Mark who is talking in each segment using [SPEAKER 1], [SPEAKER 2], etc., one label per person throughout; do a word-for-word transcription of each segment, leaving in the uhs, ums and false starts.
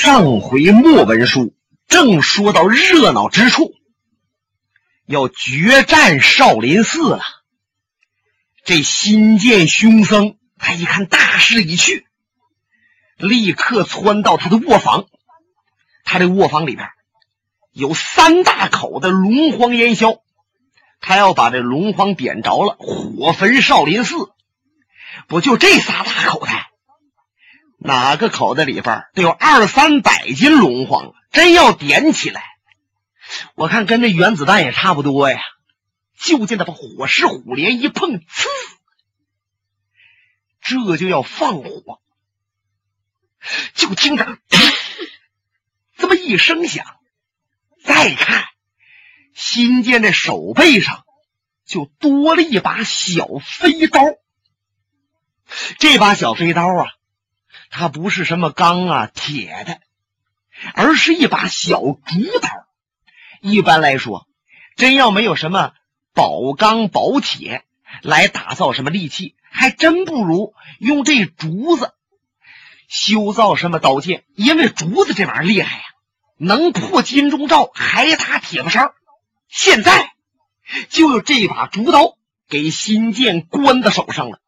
[SPEAKER 1] 上回末文书正说到热闹之处，要决战少林寺了。这新建凶僧他一看大势已去，立刻窜到他的卧房。他这卧房里边有三大口的龙荒烟硝，他要把这龙荒点着了，火焚少林寺。不就这仨大口袋，哪个口袋里边得有二三百斤龙荒啊！真要点起来，我看跟那原子弹也差不多呀。就见他把火石虎镰一碰，呲，这就要放火。就听着这么一声响，再看新建的手背上就多了一把小飞刀。这把小飞刀啊，它不是什么钢啊铁的，而是一把小竹刀。一般来说，真要没有什么宝钢宝铁来打造什么利器，还真不如用这竹子修造什么刀剑。因为竹子这玩意儿厉害呀、啊，能破金钟罩，还打铁布衫。现在就有这把竹刀给新建关到手上了。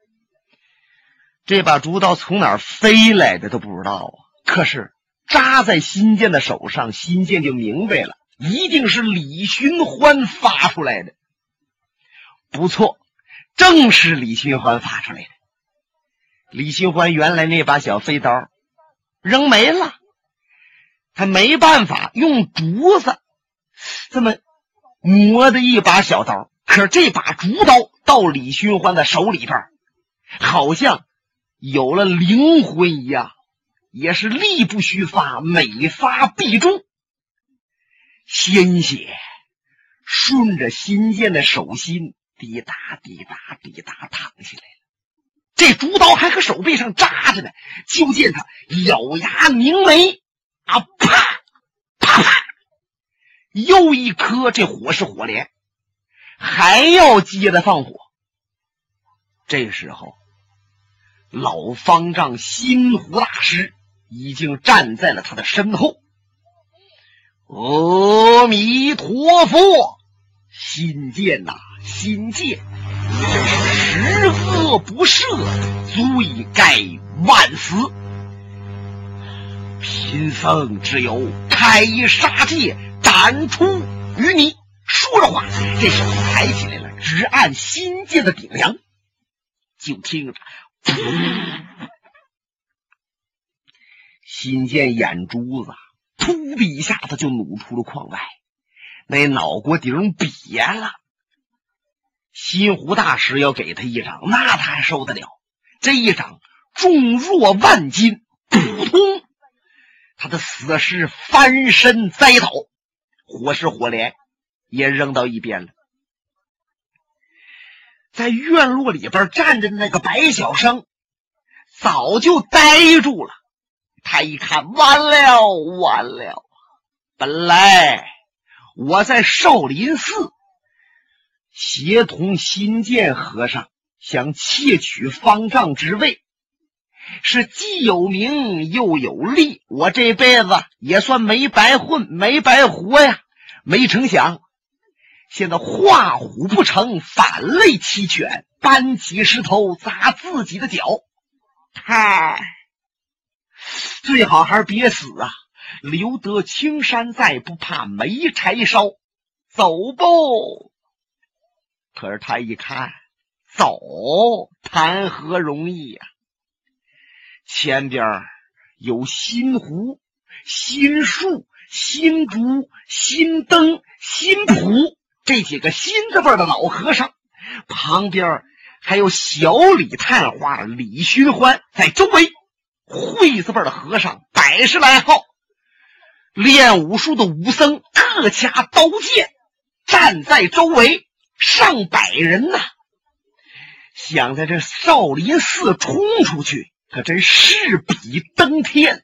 [SPEAKER 1] 这把竹刀从哪儿飞来的都不知道啊，可是扎在新建的手上，新建就明白了，一定是李寻欢发出来的。不错，正是李寻欢发出来的。李寻欢原来那把小飞刀扔没了，他没办法用竹子这么磨的一把小刀，可是这把竹刀到李寻欢的手里边，好像有了灵魂一样，也是力不虚发，每发必中。鲜血顺着新建的手心滴答滴答滴答淌下来了。这竹刀还和手背上扎着呢，就见他咬牙凝眉啊，啪啪啪，又一颗这火是火镰，还要接着放火。这时候老方丈心湖大师已经站在了他的身后。阿弥陀佛，新建呐、啊，新建，你真是十恶不赦，罪该万死。贫僧只有开杀戒，斩除于你。说着话，这手抬起来了，直按新建的顶梁。就听着新建眼珠子噗的一下子就努出了眶外，那脑瓜顶瘪了。心湖大师要给他一掌，那他还受得了？这一掌重若万斤，扑通，他的死尸翻身栽倒，火石火镰也扔到一边了。在院落里边站着的那个白晓生早就呆住了。他一看，完了完了，本来我在少林寺协同新建和尚想窃取方丈之位，是既有名又有利，我这辈子也算没白混没白活呀。没成想现在画虎不成反类齐全，搬起石头砸自己的脚。嗨，最好还是别死啊，留得青山在，不怕没柴烧。走不？可是他一看，走谈何容易呀、啊！前边有新湖、新树、新竹、新灯、新谱这几个新字辈的老和尚，旁边还有小李探花、李寻欢，在周围会字辈的和尚百十来号，练武术的武僧各掐刀剑，站在周围上百人呐、啊。想在这少林寺冲出去，可真势比登天。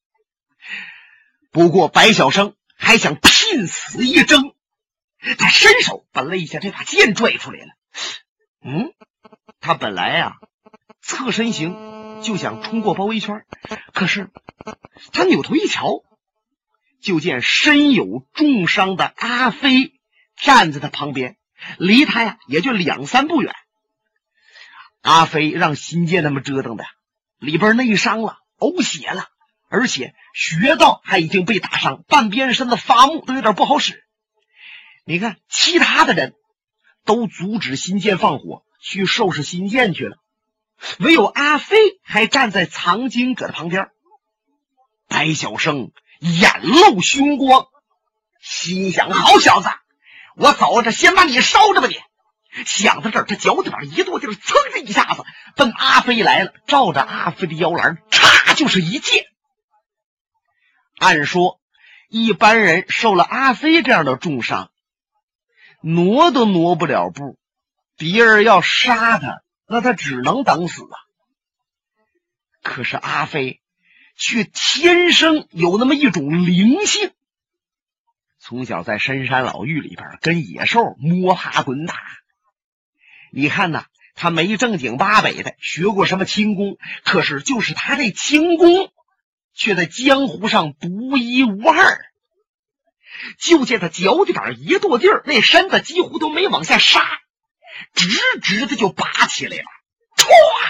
[SPEAKER 1] 不过白晓生还想拼死一争，他伸手把了一下这把剑拽出来了。嗯，他本来啊侧身行就想冲过包围圈，可是他扭头一瞧，就见身有重伤的阿飞站在他旁边，离他呀也就两三步远。阿飞让新建他们折腾的，里边内伤了，呕血了，而且穴道还已经被打伤，半边身子发木，都有点不好使。你看其他的人都阻止新建放火，去收拾新建去了，唯有阿飞还站在藏经阁的旁边。白晓生眼露凶光，心想好小子，我走着先把你烧着吧你。想到这儿，他脚底板一跺地，噌的一下子奔阿飞来了，照着阿飞的腰篮嚓就是一剑。按说一般人受了阿飞这样的重伤，挪都挪不了步，别人要杀他，那他只能等死啊。可是阿飞却天生有那么一种灵性，从小在深山老峪里边跟野兽摸爬滚打。你看呐，他没正经八百的学过什么轻功，可是就是他这轻功却在江湖上独一无二。就见他脚底板一跺地儿，那身子几乎都没往下杀，直直的就拔起来了，唰，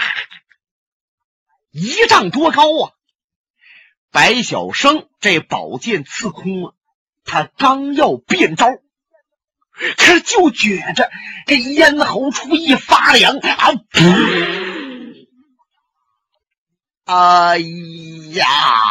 [SPEAKER 1] 一丈多高啊！白晓生这宝剑刺空啊，他刚要变招，可是就觉着这咽喉处一发凉啊！噗！哎呀！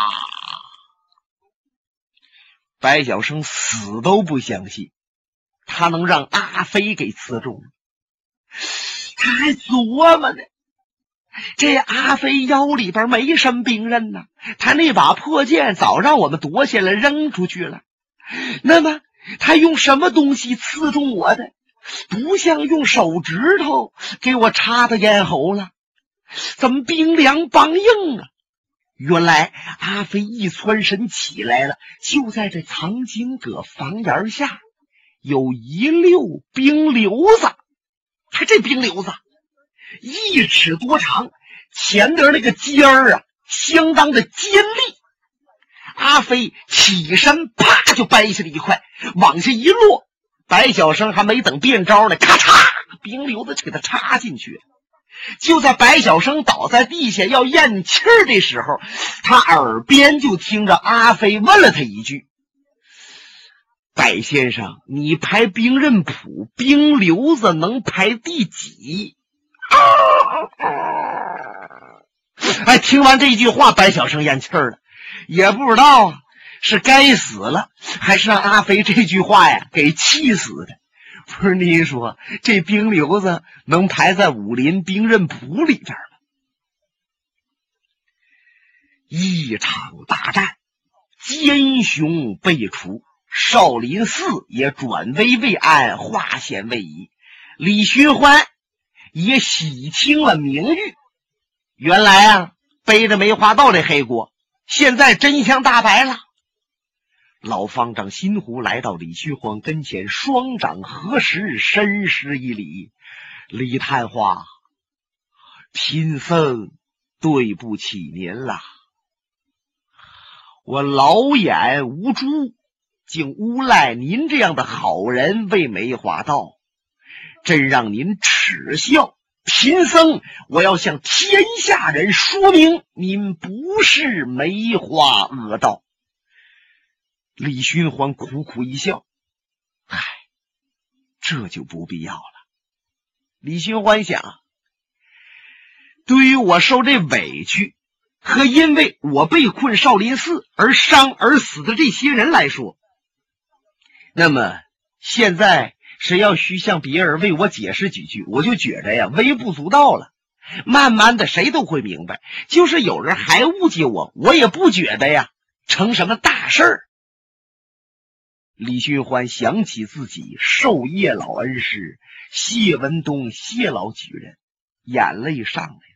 [SPEAKER 1] 白晓生死都不相信他能让阿飞给刺中，他还琢磨呢，这阿飞腰里边没什么兵刃呢，他那把破剑早让我们夺下来扔出去了，那么他用什么东西刺中我的？不像用手指头给我插到咽喉了，怎么冰凉梆硬啊？原来阿飞一窜身起来了，就在这藏经阁房檐下有一溜冰瘤子，他这冰瘤子一尺多长，前边那个尖儿啊相当的尖利。阿飞起身啪就掰下了一块，往下一落，白晓生还没等变招呢，咔嚓，冰瘤子就给他插进去了。就在白晓生倒在地下要咽气儿的时候，他耳边就听着阿飞问了他一句：白先生，你排兵刃谱，冰瘤子能排第几？哎，听完这句话，白晓生咽气儿了，也不知道啊是该死了还是让阿飞这句话呀给气死的。不是您说这冰瘤子能排在武林兵刃谱里边吗？一场大战，奸雄被除，少林寺也转危为安，化险为夷，李寻欢也洗清了名誉。原来啊背着梅花道这黑锅，现在真相大白了。老方丈新湖来到李寻欢跟前，双掌合十，深施一礼：李探花，贫僧对不起您了，我老眼无珠，竟诬赖您这样的好人为梅花道，真让您耻笑。贫僧我要向天下人说明，您不是梅花恶道。李寻欢苦苦一笑：唉，这就不必要了。李寻欢想，对于我受这委屈和因为我被困少林寺而伤而死的这些人来说，那么现在谁要需向别人为我解释几句，我就觉着呀微不足道了。慢慢的谁都会明白，就是有人还误解我，我也不觉得呀成什么大事儿。李寻欢想起自己授业老恩师谢文东谢老举人，眼泪上来了。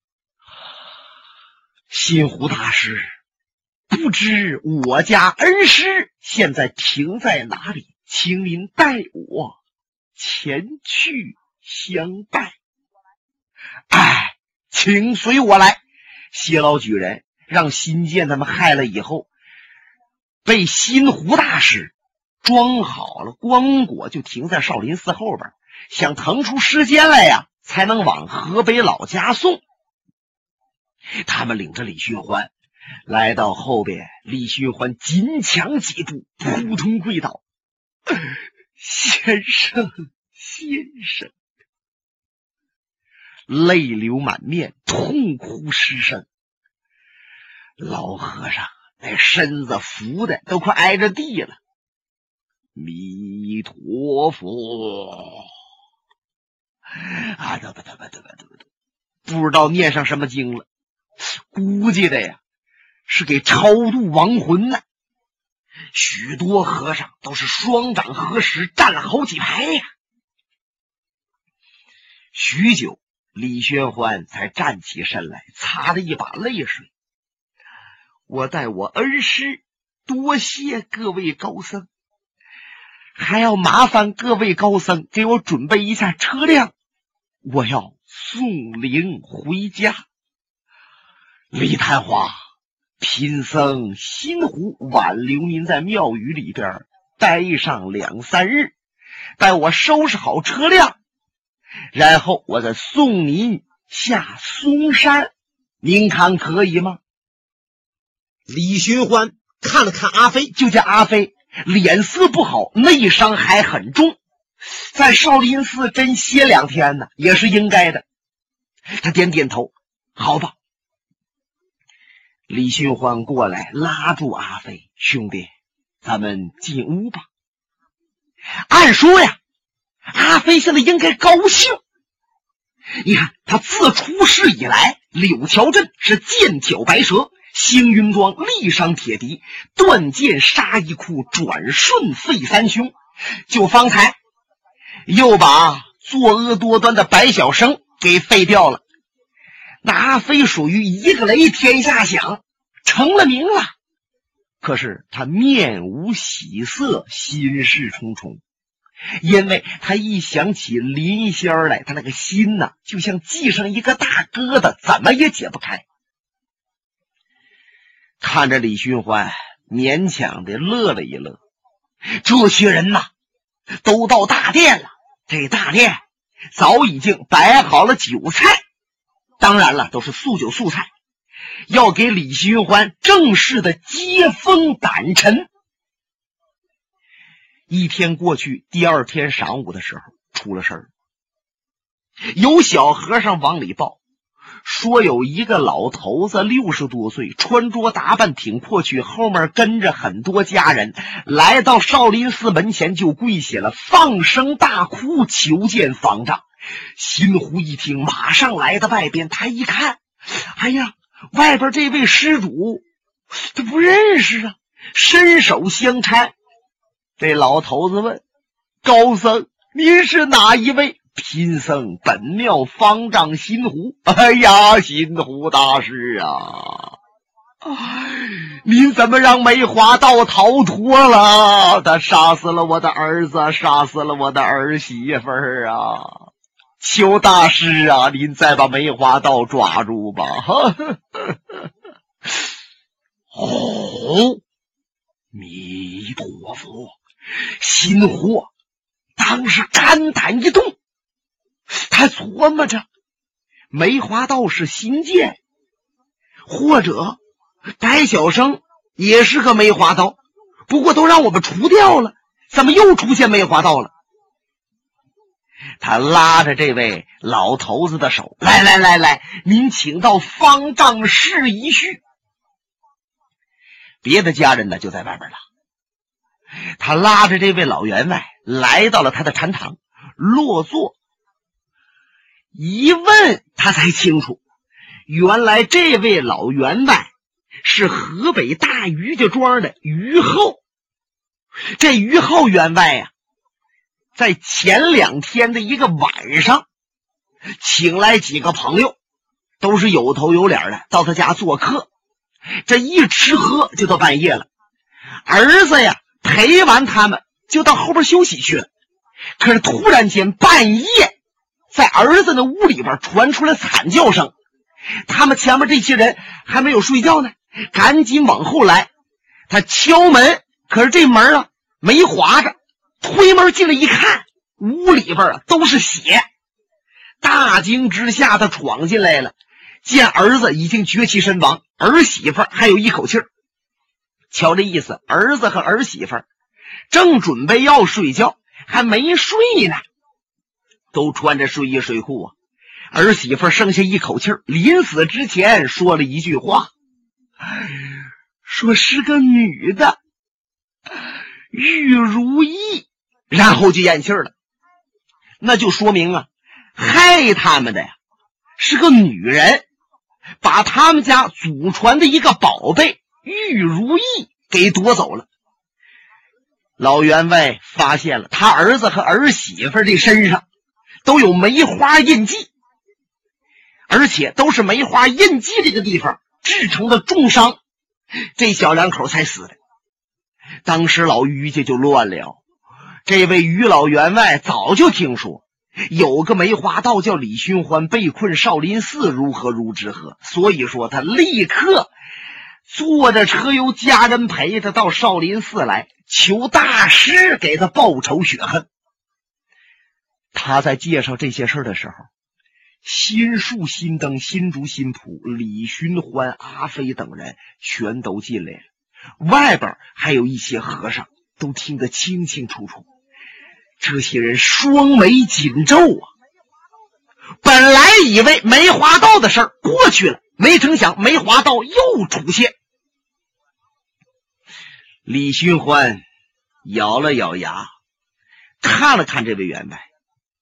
[SPEAKER 1] 新湖大师，不知我家恩师现在停在哪里，请您带我前去相拜。哎，请随我来。谢老举人让新建他们害了以后，被新湖大师装好了光果，就停在少林寺后边，想腾出时间来呀，才能往河北老家送。他们领着李寻欢来到后边，李寻欢紧抢几步，扑通跪倒：“先生，先生！”泪流满面，痛哭失声。老和尚那身子伏的都快挨着地了。弥陀佛啊，对不对不对不对不对，不知道念上什么经了，估计的呀是给超度亡魂呢。许多和尚都是双掌合十，站了好几排呀。许久，李寻欢才站起身来，擦着一把泪水：“我代我儿师多谢各位高僧，还要麻烦各位高僧给我准备一下车辆，我要送灵回家。”李探花，贫僧新湖挽留您在庙宇里边待上两三日，待我收拾好车辆，然后我再送您下嵩山，您看可以吗？
[SPEAKER 2] 李寻欢看了看阿飞，
[SPEAKER 1] 就见阿飞脸色不好，内伤还很重，在少林寺真歇两天呢，也是应该的。他点点头：“好吧。”李寻欢过来拉住阿飞：“兄弟，咱们进屋吧。”按说呀，阿飞现在应该高兴。你看他自出世以来，柳桥镇是剑挑白蛇，星云庄力伤铁笛，断剑杀一库，转瞬废三凶。就方才又把作恶多端的白晓生给废掉了。那阿飞属于一个雷天下响，成了名了。可是他面无喜色，心事重重，因为他一想起林仙儿来，他那个心呐、啊，就像系上一个大疙瘩，怎么也解不开。看着李寻欢勉强的乐了一乐，这些人呐都到大殿了，这大殿早已经摆好了酒菜，当然了都是素酒素菜，要给李寻欢正式的接风掸尘。一天过去，第二天晌午的时候出了事儿，有小和尚往里报，说有一个老头子六十多岁，穿着打扮挺阔气，后面跟着很多家人，来到少林寺门前就跪下了，放声大哭，求见方丈。新湖一听，马上来到外边，他一看，哎呀，外边这位施主他不认识啊，伸手相搀。这老头子问：“高僧，您是哪一位？”“贫僧本庙方丈新湖。”“哎呀，新湖大师啊，您怎么让梅花道逃脱了？他杀死了我的儿子，杀死了我的儿媳妇儿啊！求大师啊，您再把梅花道抓住吧！”哦，弥陀佛！新湖当时肝胆一动，他琢磨着梅花道是新剑，或者白晓生也是个梅花道，不过都让我们除掉了，怎么又出现梅花道了？他拉着这位老头子的手：“来来来来，您请到方丈室一叙。”别的家人呢就在外边了。他拉着这位老员外来到了他的禅堂，落座。一问他才清楚，原来这位老员外是河北大于家庄的于后。这于后员外呀、啊，在前两天的一个晚上，请来几个朋友，都是有头有脸的，到他家做客。这一吃喝就到半夜了，儿子呀陪完他们就到后边休息去了。可是突然间半夜，在儿子的屋里边传出了惨叫声，他们前面这些人还没有睡觉呢， 赶紧往后来。他敲门，可是这门啊没划着，推门进来一看，屋里边啊都是血。大惊之下，他闯进来了，见儿子已经绝气身亡，儿媳妇还有一口气儿。瞧这意思，儿子和儿媳妇正准备要睡觉，还没睡呢，都穿着睡衣睡裤啊。儿媳妇剩下一口气儿，临死之前说了一句话，说是个女的，玉如意，然后就咽气了。那就说明啊，害他们的呀是个女人，把他们家祖传的一个宝贝玉如意给夺走了。老员外发现了他儿子和儿媳妇的身上都有梅花印记，而且都是梅花印记这个地方制成的重伤，这小两口才死的。当时老于家就乱了，这位于老员外早就听说有个梅花道叫李寻欢被困少林寺，如何如之何，所以说他立刻坐着车由家人陪他到少林寺来，求大师给他报仇雪恨。他在介绍这些事的时候，新树、新灯、新竹、新浦、李寻欢、阿飞等人全都进来了，外边还有一些和尚都听得清清楚楚。这些人双眉紧皱啊，本来以为梅花道的事儿过去了，没成想梅花道又出现。李寻欢咬了咬牙，看了看这位员外，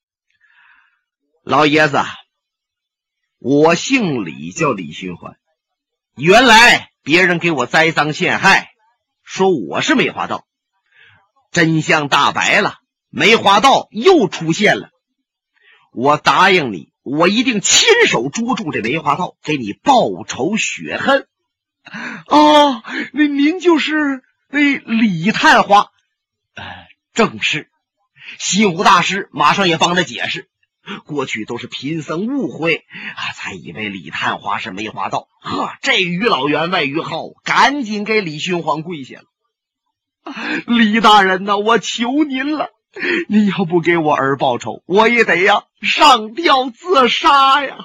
[SPEAKER 1] 老爷子，我姓李，叫李寻欢，原来别人给我栽赃陷害，说我是梅花道，真相大白了，梅花道又出现了，我答应你，我一定亲手捉住这梅花道，给你报仇雪恨。哦，那您就是那李探花？呃，正是。西湖大师马上也帮他解释，过去都是贫僧误会啊，才以为李探花是梅花道。呵，这于老员外于浩赶紧给李寻欢跪下了。李大人呐，我求您了，你要不给我儿报仇，我也得呀上吊自杀呀！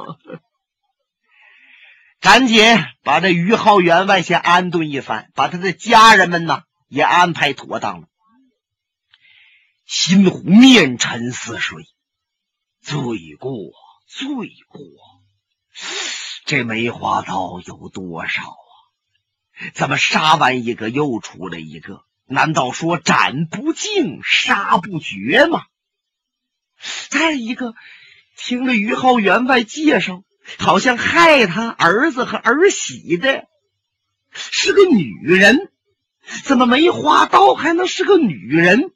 [SPEAKER 1] 赶紧把这于浩员外先安顿一番，把他的家人们呢也安排妥当了。新湖面沉似水，罪过罪过，这梅花道有多少啊？怎么杀完一个又出来一个？难道说斩不尽杀不绝吗？再一个，听了于浩员外介绍，好像害他儿子和儿媳的是个女人，怎么梅花道还能是个女人？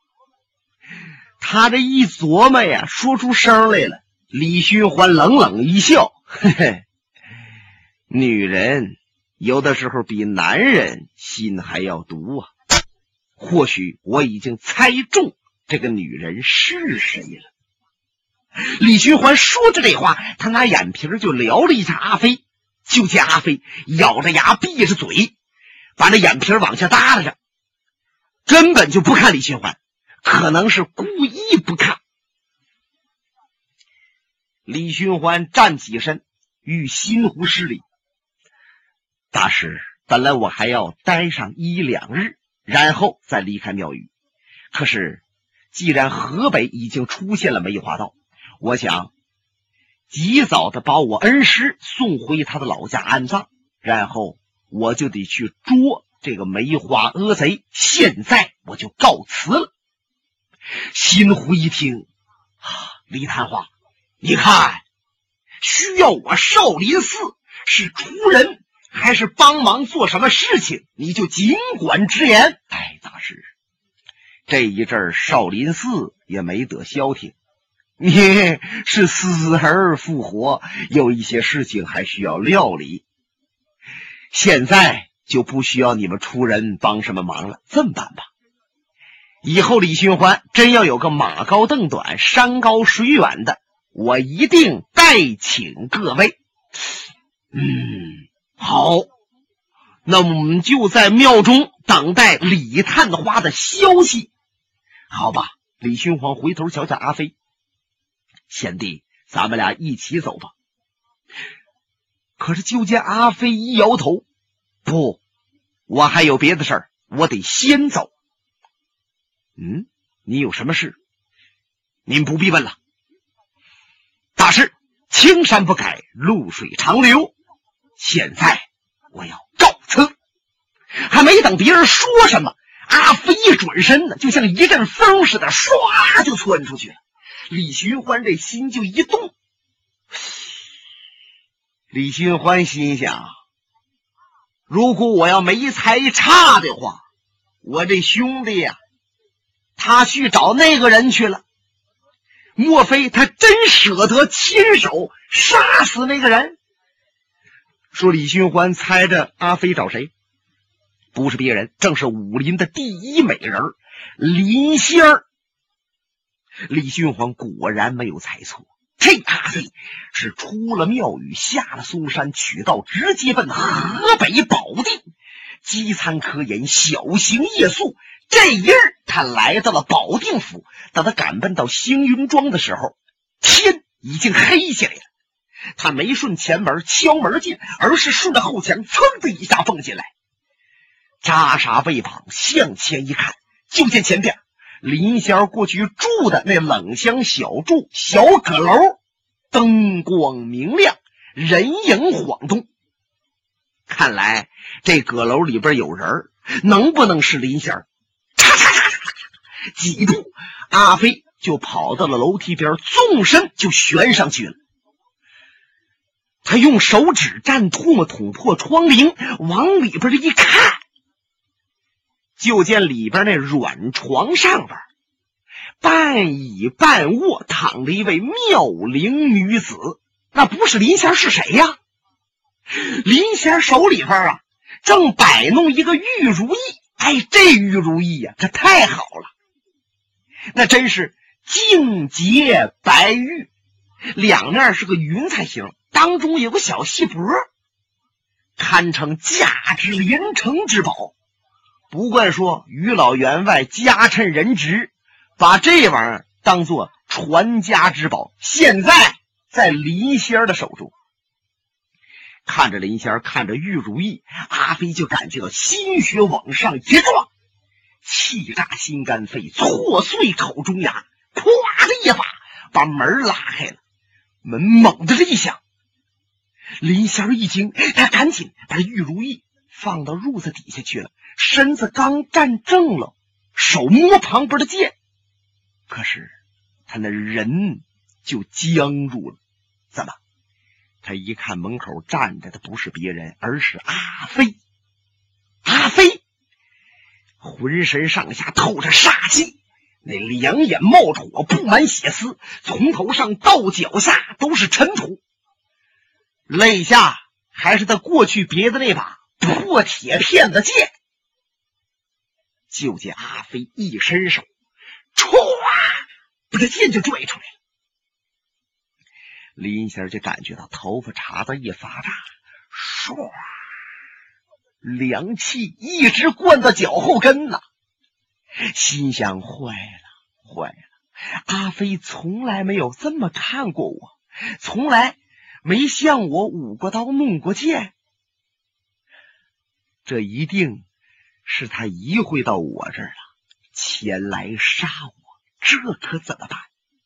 [SPEAKER 1] 他这一琢磨呀，说出声来了。李寻欢冷冷一笑，嘿嘿，女人有的时候比男人心还要毒啊！或许我已经猜中这个女人是谁了。李寻欢说着这话，他拿眼皮就撩了一下阿飞，就见阿飞咬着牙闭着嘴，把那眼皮往下耷拉着，根本就不看李寻欢，可能是故意不看。李寻欢站起身，与新湖施礼：大师，本来我还要待上一两日，然后再离开庙宇，可是既然河北已经出现了梅花道，我想及早的把我恩师送回他的老家安葬，然后我就得去捉这个梅花阿贼，现在我就告辞了。新湖一听，啊，李探花，你看需要我少林寺是出人还是帮忙做什么事情，你就尽管直言。哎，大师，这一阵少林寺也没得消停，你是死而复活，有一些事情还需要料理，现在就不需要你们出人帮什么忙了。这么办吧，以后李寻欢真要有个马高凳短山高水远的，我一定代请各位。嗯，好， 那么我们就在庙中等待李探花的消息。好吧，李寻欢回头瞧瞧阿飞，贤弟，咱们俩一起走吧。可是就见阿飞一摇头，不，我还有别的事儿，我得先走。嗯，你有什么事？您不必问了。大事青山不改，露水长流，现在我要告辞。还没等别人说什么，阿飞一转身呢，就像一阵风似的，唰就窜出去了。李寻欢这心就一动。李寻欢心想，如果我要没猜差的话，我这兄弟呀、啊，他去找那个人去了。莫非他真舍得亲手杀死那个人？说李寻欢猜着阿飞找谁，不是别人，正是武林的第一美人林仙儿。李寻欢果然没有猜错，这阿飞是出了庙宇，下了嵩山，取道直接奔河北保定，饥餐科研，小行夜宿。这一日他来到了保定府，当他赶奔到星云庄的时候，天已经黑下来了。他没顺前门敲门进，而是顺着后墙噌的一下蹦进来，扎傻背膀向前一看，就见前边林仙儿过去住的那冷香小筑小阁楼，灯光明亮，人影晃动。看来这阁楼里边有人，能不能是林仙儿？几步，阿飞就跑到了楼梯边，纵身就旋上去了。他用手指蘸唾沫捅破窗棂，往里边一看，就见里边那软床上边半倚半卧躺着一位妙龄女子。那不是林仙是谁呀？林仙手里边啊正摆弄一个玉如意。哎，这玉如意呀、啊，这太好了，那真是净洁白玉，两面是个云彩形，当中有个小细脖，堪称价值连城之宝。不怪说于老员外家趁人直，把这玩意儿当作传家之宝，现在在林仙儿的手中。看着林仙儿，看着玉如意，阿飞就感觉到心血往上一撞，气炸心肝肺，挫碎口中牙，咵的一把把门拉开了。门猛地一响，林仙儿一惊，他赶紧把玉如意放到褥子底下去了，身子刚站正了，手摸旁边的剑，可是他那人就僵住了。怎么？他一看门口站着的不是别人，而是阿飞。阿飞浑身上下透着杀气，那两眼冒着火，布满血丝，从头上到脚下都是尘土，肋下还是他过去别的那把破铁片的剑。就见阿飞一伸手，唰，把这剑就拽出来了。林仙儿就感觉到头发茬子一发炸，唰，凉气一直灌到脚后跟呐，心想坏了坏了，阿飞从来没有这么看过我，从来没向我舞过刀弄过剑，这一定是他移回到我这儿了，前来杀我，这可怎么办？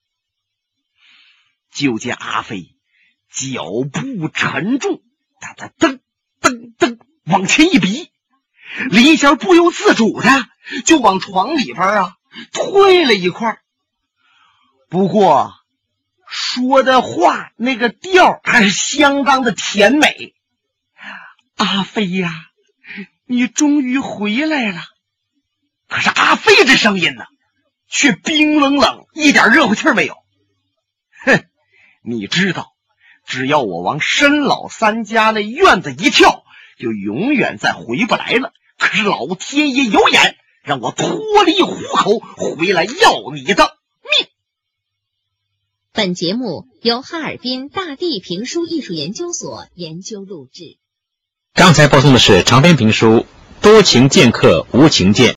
[SPEAKER 1] 就见阿飞脚步沉重，他他噔噔噔往前一逼，林仙不由自主的就往床里边啊退了一块。不过说的话那个调还是相当的甜美。阿飞呀，你终于回来了。可是阿飞这声音呢却冰冷冷，一点热乎气儿没有。哼，你知道，只要我往申老三家那院子一跳，就永远再回不来了。可是老天爷有眼，让我脱离虎口，回来要你的命。
[SPEAKER 3] 本节目由哈尔滨大地评书艺术研究所研究录制。
[SPEAKER 4] 刚才播送的是长篇评书《多情剑客无情剑》。